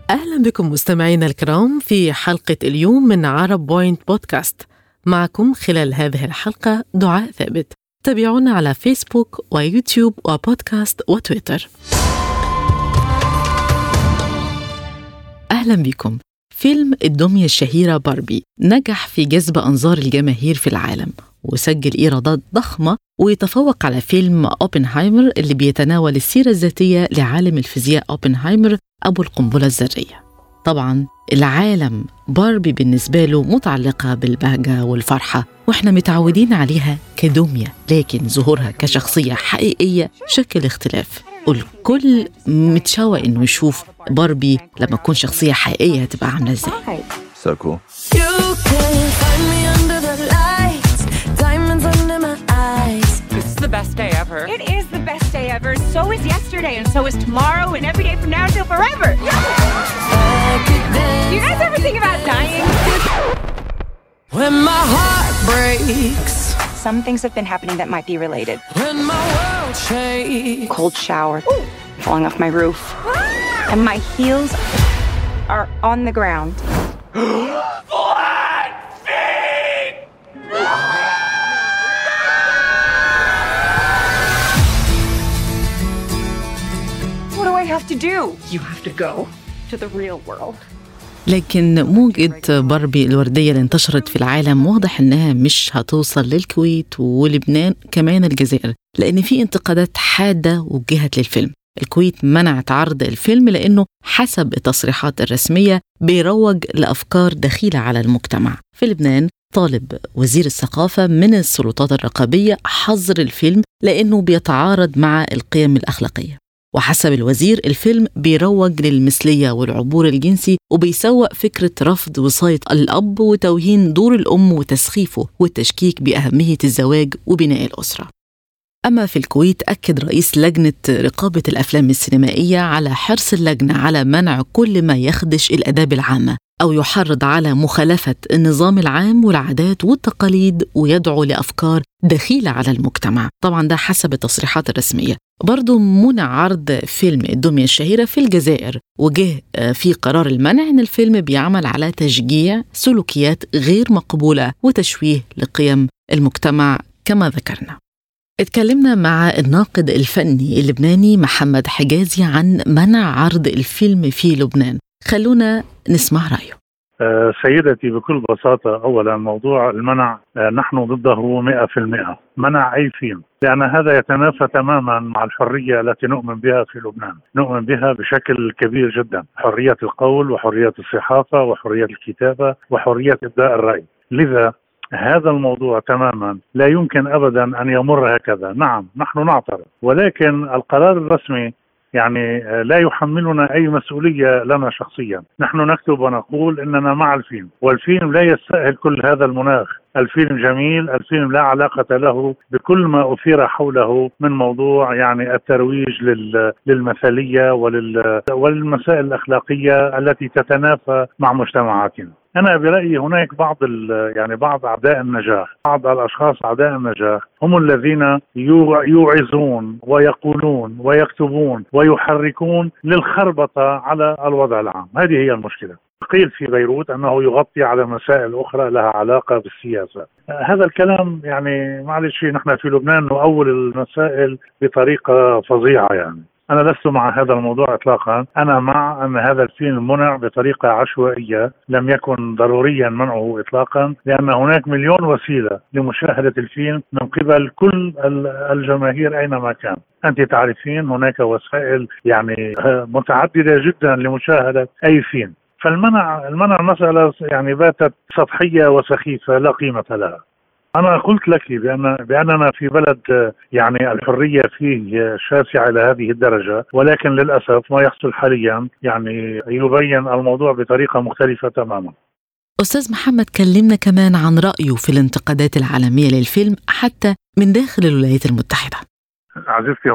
أهلا بكم مستمعينا الكرام في حلقة اليوم من عرب بوينت بودكاست. معكم خلال هذه الحلقة دعاء ثابت. تابعونا على فيسبوك ويوتيوب وبودكاست وتويتر. أهلا بكم. فيلم الدمية الشهيرة باربي نجح في جذب أنظار الجماهير في العالم وسجل إيرادات ضخمة ويتفوق على فيلم أوبنهايمر اللي بيتناول السيرة الذاتية لعالم الفيزياء أوبنهايمر أبو القنبلة الذرية. طبعا العالم باربي بالنسبة له متعلقة بالبهجة والفرحة وإحنا متعودين عليها كدمية، لكن ظهورها كشخصية حقيقية شكل اختلاف. والكل متشوق إنه يشوف باربي لما تكون شخصية حقيقية هتبقى عاملة إزاي. So cool. You can find me under the lights, diamonds under my eyes. It's the best day ever. It is the best day ever. So is yesterday, and so is tomorrow, and every day from now until forever. Do you guys ever think about dying? When my heart breaks, Some things have been happening that might be related. when my world shakes, Cold shower, falling off my roof, and my heels are on the ground. What do I have to do? You have to go to the real world. لكن موجة باربي الوردية اللي انتشرت في العالم واضح إنها مش هتوصل للكويت ولبنان كمان الجزائر، لأن في انتقادات حادة وجهت للفيلم. الكويت منعت عرض الفيلم لأنه حسب التصريحات الرسمية بيروج لأفكار دخيلة على المجتمع. في لبنان طالب وزير الثقافة من السلطات الرقابية حظر الفيلم لأنه بيتعارض مع القيم الأخلاقية. وحسب الوزير الفيلم بيروج للمثلية والعبور الجنسي وبيسوق فكرة رفض وصاية الأب وتوهين دور الأم وتسخيفه والتشكيك بأهمية الزواج وبناء الأسرة. أما في الكويت أكد رئيس لجنة رقابة الأفلام السينمائية على حرص اللجنة على منع كل ما يخدش الآداب العامة أو يحرض على مخالفة النظام العام والعادات والتقاليد ويدعو لأفكار دخيلة على المجتمع. طبعا ده حسب التصريحات الرسمية. برضو منع عرض فيلم الدمية الشهيرة في الجزائر، وجه في قرار المنع إن الفيلم بيعمل على تشجيع سلوكيات غير مقبولة وتشويه لقيم المجتمع كما ذكرنا. اتكلمنا مع الناقد الفني اللبناني محمد حجازي عن منع عرض الفيلم في لبنان. خلونا نسمع رأيه. سيدتي بكل بساطة، أولا موضوع المنع نحن ضده 100%. منع أي فيلم، لأن هذا يتنافى تماما مع الحرية التي نؤمن بها في لبنان. نؤمن بها بشكل كبير جدا، حرية القول وحرية الصحافة وحرية الكتابة وحرية إبداء الرأي. لذا هذا الموضوع تماما لا يمكن أبدا أن يمر هكذا. نعم نحن نعترض، ولكن القرار الرسمي يعني لا يحملنا أي مسؤولية لنا شخصيا. نحن نكتب ونقول إننا مع الفيلم، والفيلم لا يستاهل كل هذا المناخ. الفيلم جميل، الفيلم لا علاقة له بكل ما أثير حوله من موضوع يعني الترويج للمثالية وللمسائل الأخلاقية التي تتنافى مع مجتمعاتنا. أنا برأيي هناك بعض أعداء النجاح، بعض الأشخاص أعداء النجاح هم الذين يوعظون ويقولون ويكتبون ويحركون للخربطة على الوضع العام. هذه هي المشكلة. قيل في بيروت أنه يغطي على مسائل أخرى لها علاقة بالسياسة. هذا الكلام يعني معلش، نحن في لبنان نؤول المسائل بطريقة فظيعة. يعني أنا لست مع هذا الموضوع إطلاقا. أنا مع أن هذا الفيلم منع بطريقة عشوائية، لم يكن ضروريا منعه إطلاقا، لأن هناك مليون وسيلة لمشاهدة الفيلم من قبل كل الجماهير أينما كان. أنت تعرفين هناك وسائل يعني متعددة جدا لمشاهدة أي فيلم. فالمنع مسألة يعني باتت سطحية وسخيفة لا قيمة لها. أنا قلت لك بأننا في بلد يعني الحرية فيه شاسعة إلى هذه الدرجة، ولكن للأسف ما يحصل حاليا يعني يبين الموضوع بطريقة مختلفة تماما. أستاذ محمد كلمنا كمان عن رأيه في الانتقادات العالمية للفيلم حتى من داخل الولايات المتحدة. عزيزتي،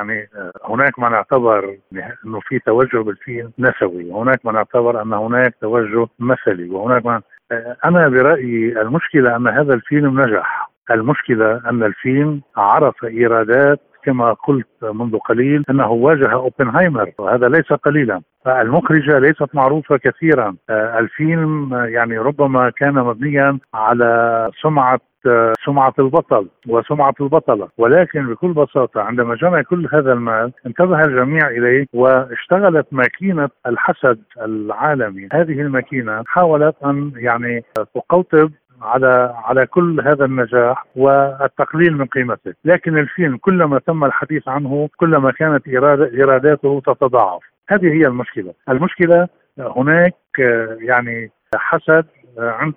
هناك ما نعتبر انه في توجه بالفيلم نسوي، وهناك ما نعتبر ان هناك توجه مثلي، وهناك انا برأيي المشكلة ان هذا الفيلم نجح. المشكلة ان الفيلم عرف ايرادات كما قلت منذ قليل أنه واجه أوبنهايمر، وهذا ليس قليلا. المخرجة ليست معروفة كثيرا. الفيلم يعني ربما كان مبنيا على سمعة البطل وسمعة البطلة، ولكن بكل بساطة عندما جمع كل هذا المال انتبه الجميع إليه واشتغلت ماكينة الحسد العالمي. هذه الماكينة حاولت أن يعني تقوطب على كل هذا النجاح والتقليل من قيمته، لكن الفيلم كلما تم الحديث عنه كلما كانت إيراداته تتضاعف. هذه هي المشكلة هناك يعني حسد عند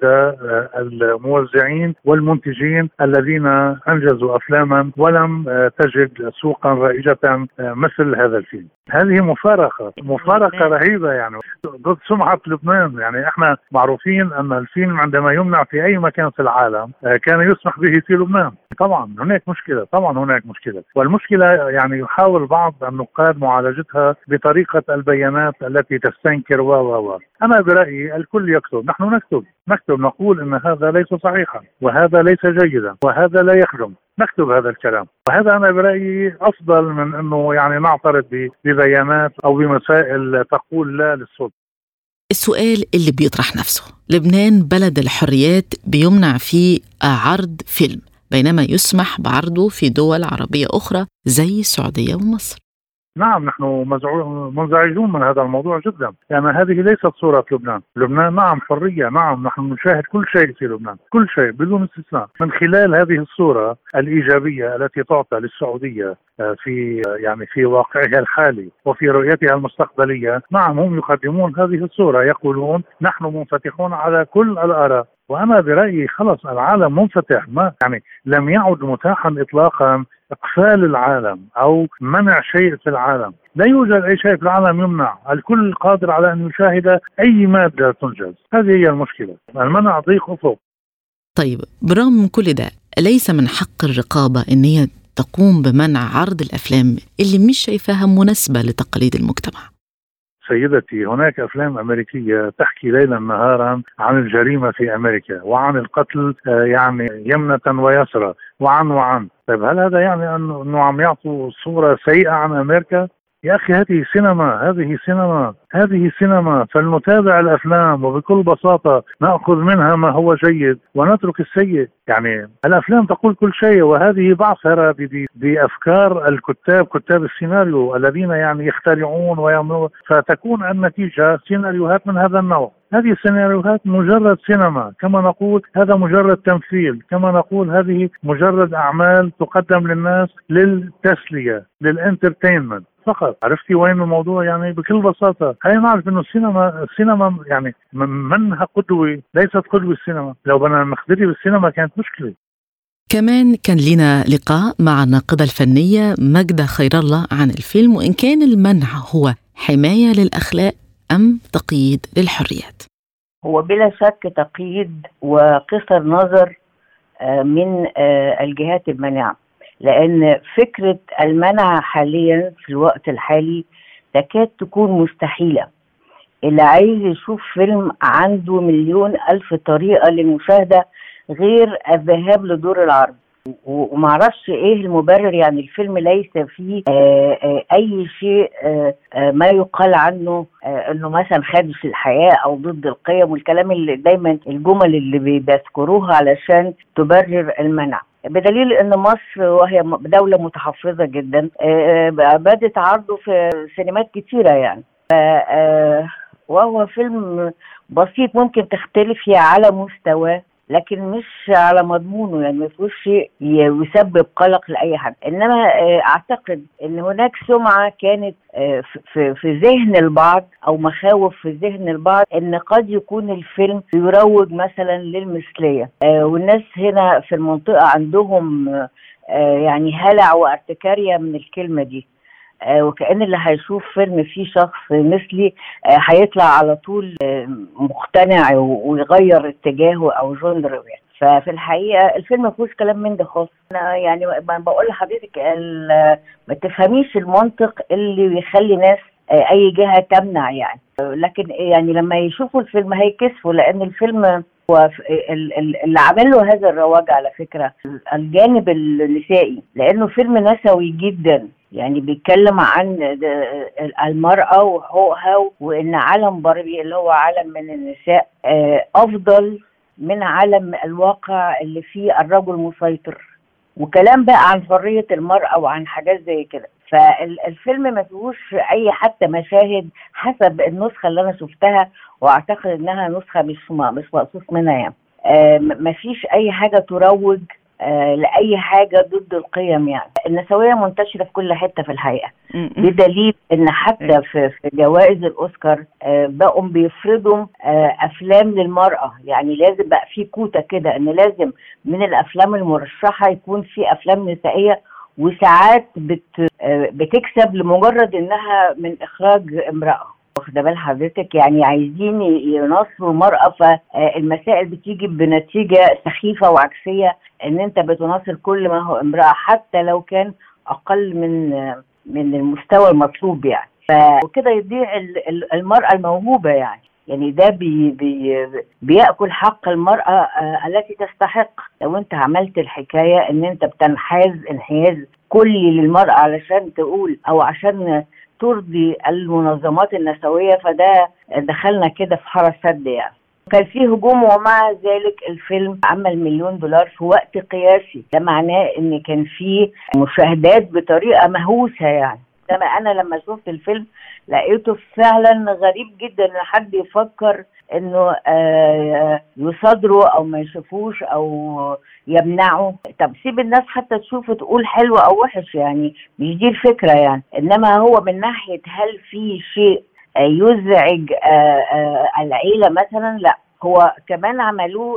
الموزعين والمنتجين الذين أنجزوا أفلاما ولم تجد سوقا رائجة مثل هذا الفيلم. هذه مفارقة رهيبة يعني ضد سمعة لبنان. يعني احنا معروفين أن الفيلم عندما يمنع في أي مكان في العالم كان يسمح به في لبنان. طبعا هناك مشكلة، والمشكلة يعني يحاول بعض النقاد معالجتها بطريقة البيانات التي تستنكر أنا برأيي الكل يكتب، نحن نكتب نقول أن هذا ليس صحيحا وهذا ليس جيدا وهذا لا يخدم، نكتب هذا الكلام، وهذا أنا برأيي أفضل من أنه يعني نعترض ببيانات أو بمسائل تقول لا للسلطة. السؤال اللي بيطرح نفسه، لبنان بلد الحريات بيمنع فيه عرض فيلم بينما يسمح بعرضه في دول عربية أخرى زي السعودية ومصر. نعم، نحن منزعجون من هذا الموضوع جدا، يعني هذه ليست صورة لبنان نعم حرية، نعم نحن نشاهد كل شيء في لبنان، كل شيء بدون استثناء. من خلال هذه الصورة الإيجابية التي تعطى للسعودية في واقعها الحالي وفي رؤيتها المستقبلية، نعم هم يقدمون هذه الصورة، يقولون نحن منفتحون على كل الآراء. وأنا برأيي خلص العالم منفتح، ما يعني لم يعد متاحا إطلاقا إقفال العالم أو منع شيء في العالم. لا يوجد أي شيء في العالم يمنع، الكل قادر على أن يشاهد أي مادة تنجز. هذه هي المشكلة، المنع ضيق أفق. طيب بالرغم من كل ده، ليس من حق الرقابة أن هي تقوم بمنع عرض الأفلام اللي مش شايفاها مناسبة لتقاليد المجتمع؟ سيدتي، هناك أفلام أمريكية تحكي ليلا نهارا عن الجريمة في أمريكا وعن القتل يعني يمنة ويسرى وعن طيب هل هذا يعني أنه عم يعطوا صورة سيئة عن أمريكا؟ يا أخي هذه سينما، فلنتابع الأفلام وبكل بساطة نأخذ منها ما هو جيد ونترك السيء. يعني الأفلام تقول كل شيء، وهذه بعثرة بأفكار كتاب السيناريو الذين يعني يخترعون ويعملون، فتكون النتيجة سيناريوهات من هذا النوع. هذه السيناريوهات مجرد سينما، كما نقول هذا مجرد تمثيل، كما نقول هذه مجرد أعمال تقدم للناس للتسلية، للانترتينمنت فقط. عرفتي وين الموضوع؟ يعني بكل بساطة خلينا نعرف انه السينما يعني منها قدوة، ليست قدوة السينما. لو بدنا نقتدي بالسينما كانت مشكلة. كمان كان لنا لقاء مع الناقدة الفنية ماجدة خير الله عن الفيلم، وإن كان المنع هو حماية للأخلاق أم تقييد للحريات. هو بلا شك تقييد وقصر نظر من الجهات المانعة، لأن فكرة المنع حاليا في الوقت الحالي تكاد تكون مستحيلة. اللي عايز يشوف فيلم عنده 1,000,000 طريقة للمشاهدة غير الذهاب لدور العرض، ومعرفش ايه المبرر. يعني الفيلم ليس فيه اي شيء ما يقال عنه انه مثلا خادش الحياة او ضد القيم والكلام اللي دايما الجمل اللي بيذكروها علشان تبرر المنع، بدليل ان مصر وهي دولة متحفظة جدا بدت عرضه في سينمات كتيرة يعني. وهو فيلم بسيط ممكن تختلف فيه على مستواه، لكن مش على مضمونه، يعني ما فيهوش شيء يسبب قلق لاي حد. انما اعتقد ان هناك سمعه كانت في ذهن البعض او مخاوف في ذهن البعض ان قد يكون الفيلم يروج مثلا للمثليه، والناس هنا في المنطقه عندهم يعني هلع وارتكاريه من الكلمه دي، وكأن اللي هيشوف فيلم فيه شخص مثلي هيطلع على طول مقتنع ويغير اتجاهه او جندره. ففي الحقيقه الفيلم ما فيهوش كلام من ده خالص. انا يعني بقول لحضرتك ما تفهميش المنطق اللي يخلي ناس اي جهه تمنع يعني، لكن يعني لما يشوفوا الفيلم هيكسفوا، لان الفيلم اللي عمل له هذا الرواج على فكرة الجانب النسائي، لأنه فيلم نسوي جدا، يعني بيتكلم عن المرأة وحقوقها، وإن عالم باربي اللي هو عالم من النساء أفضل من عالم الواقع اللي فيه الرجل مسيطر، وكلام بقى عن حرية المرأة وعن حاجات زي كده. فالفيلم ما فيهوش أي حتى مشاهد حسب النسخة اللي أنا شفتها، وأعتقد إنها نسخة مش مقصوص منها يعني. ما فيش أي حاجة تروج لأي حاجة ضد القيم. يعني النسوية منتشرة في كل حتة في الحقيقة، بدليل إن حتى في جوائز الأوسكار بقوا بيفرضوا أفلام للمرأة. يعني لازم بقى في كوتا كده إن لازم من الأفلام المرشحة يكون في أفلام نسائية، وساعات بتكسب لمجرد إنها من إخراج امرأة. واخده بال حضرتك؟ يعني عايزين ينصروا المرأة، فالمسائل بتيجي بنتيجة سخيفة وعكسية، ان انت بتناصر كل ما هو امرأة حتى لو كان اقل من المستوى المطلوب يعني. وكده يضيع المرأة الموهوبة يعني ده بيأكل حق المرأة التي تستحق. لو انت عملت الحكاية ان انت بتنحاز انحياز كلي للمرأة علشان تقول او عشان ترضي المنظمات النسوية، فده دخلنا كده في حارة سد يعني. كان فيه هجوم، ومع ذلك الفيلم عمل $1 مليون في وقت قياسي. ده معناه ان كان فيه مشاهدات بطريقة مهووسة يعني. لما انا لما شفت الفيلم لقيته فعلا غريب جدا ان حد يفكر انه يصادره او ما يشوفوش او يمنعه. طب سيب الناس حتى تشوف تقول حلو او وحش، يعني مش دي الفكرة يعني. انما هو من ناحية هل في شيء يزعج العيلة مثلا، لا. هو كمان عملوه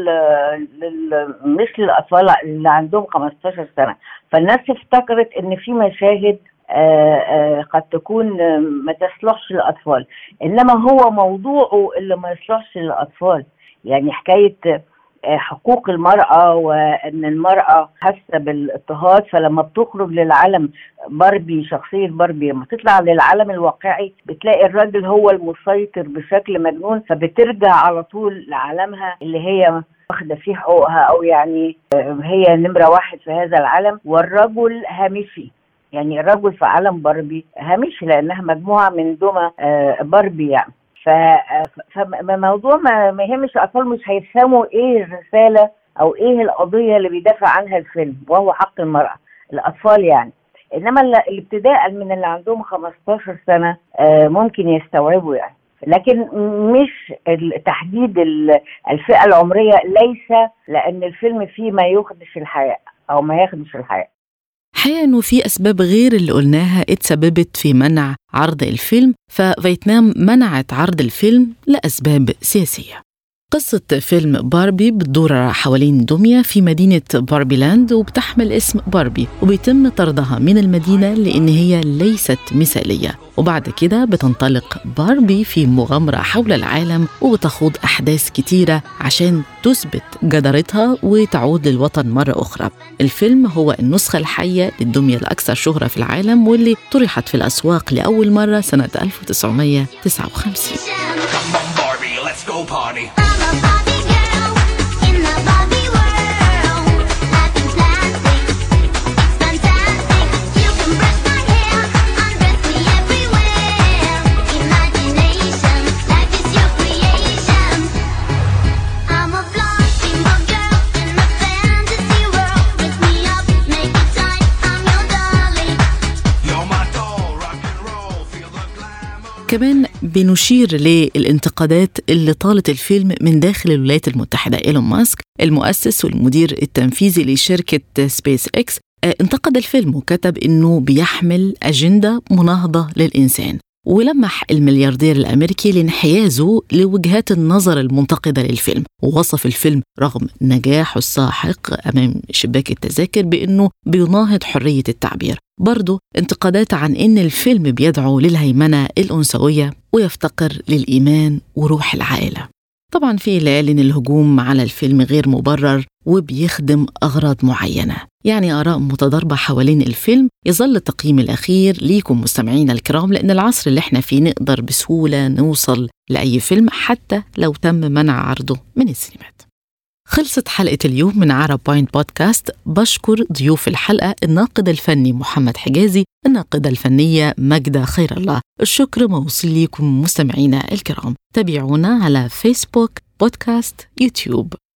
مش للأطفال اللي عندهم 15 سنة، فالناس افتكرت ان في مشاهد قد تكون ما تصلحش للأطفال، إنما هو موضوعه اللي ما يصلحش للأطفال. يعني حكاية حقوق المرأة، وأن المرأة حاسة بالاضطهاد، فلما بتخرج للعالم باربي، شخصية باربي لما تطلع للعالم الواقعي بتلاقي الراجل هو المسيطر بشكل مجنون، فبترجع على طول لعالمها اللي هي واخدة فيه حقوقها، أو يعني هي نمرة 1 في هذا العالم، والرجل هامشي. يعني الرجل في عالم باربي هامشي لأنها مجموعة من دمى باربي يعني. فموضوع ما يهمش الأطفال، مش هيفهموا إيه الرسالة أو إيه القضية اللي بيدافع عنها الفيلم، وهو حق المرأة، الأطفال يعني. إنما الابتداء من اللي عندهم 15 سنة ممكن يستوعبوا يعني. لكن مش تحديد الفئة العمرية، ليس لأن الفيلم فيه ما يخدش الحياة أو ما يخدش الحياة. حقيقة أنه في أسباب غير اللي قلناها اتسببت في منع عرض الفيلم، ففيتنام منعت عرض الفيلم لأسباب سياسية. قصة فيلم باربي بتدور حوالين دمية في مدينة باربي لاند، وبتحمل اسم باربي، وبيتم طردها من المدينة لأن هي ليست مثالية. وبعد كده بتنطلق باربي في مغامرة حول العالم، وبتخوض أحداث كتيرة عشان تثبت جدارتها وتعود للوطن مرة أخرى. الفيلم هو النسخة الحية للدمية الأكثر شهرة في العالم، واللي طرحت في الأسواق لأول مرة سنة 1959. كمان بنشير للانتقادات اللي طالت الفيلم من داخل الولايات المتحدة. إيلون ماسك المؤسس والمدير التنفيذي لشركة سبيس إكس انتقد الفيلم وكتب إنه بيحمل أجندة مناهضة للإنسان، ولمح الملياردير الأمريكي لانحيازه لوجهات النظر المنتقدة للفيلم، ووصف الفيلم رغم نجاحه الساحق أمام شباك التذاكر بأنه بيناهض حرية التعبير. برضو انتقادات عن أن الفيلم بيدعو للهيمنة الأنثوية ويفتقر للإيمان وروح العائلة. طبعا في اللي قال إن الهجوم على الفيلم غير مبرر وبيخدم أغراض معينة، يعني آراء متضاربة حوالين الفيلم. يظل التقييم الأخير ليكم مستمعينا الكرام، لأن العصر اللي احنا فيه نقدر بسهولة نوصل لأي فيلم حتى لو تم منع عرضه من السينمات. خلصت حلقة اليوم من عرب بوينت بودكاست. بشكر ضيوف الحلقة الناقد الفني محمد حجازي، الناقدة الفنية ماجدة خير الله. الشكر موصول لكم مستمعينا الكرام. تابعونا على فيسبوك، بودكاست، يوتيوب.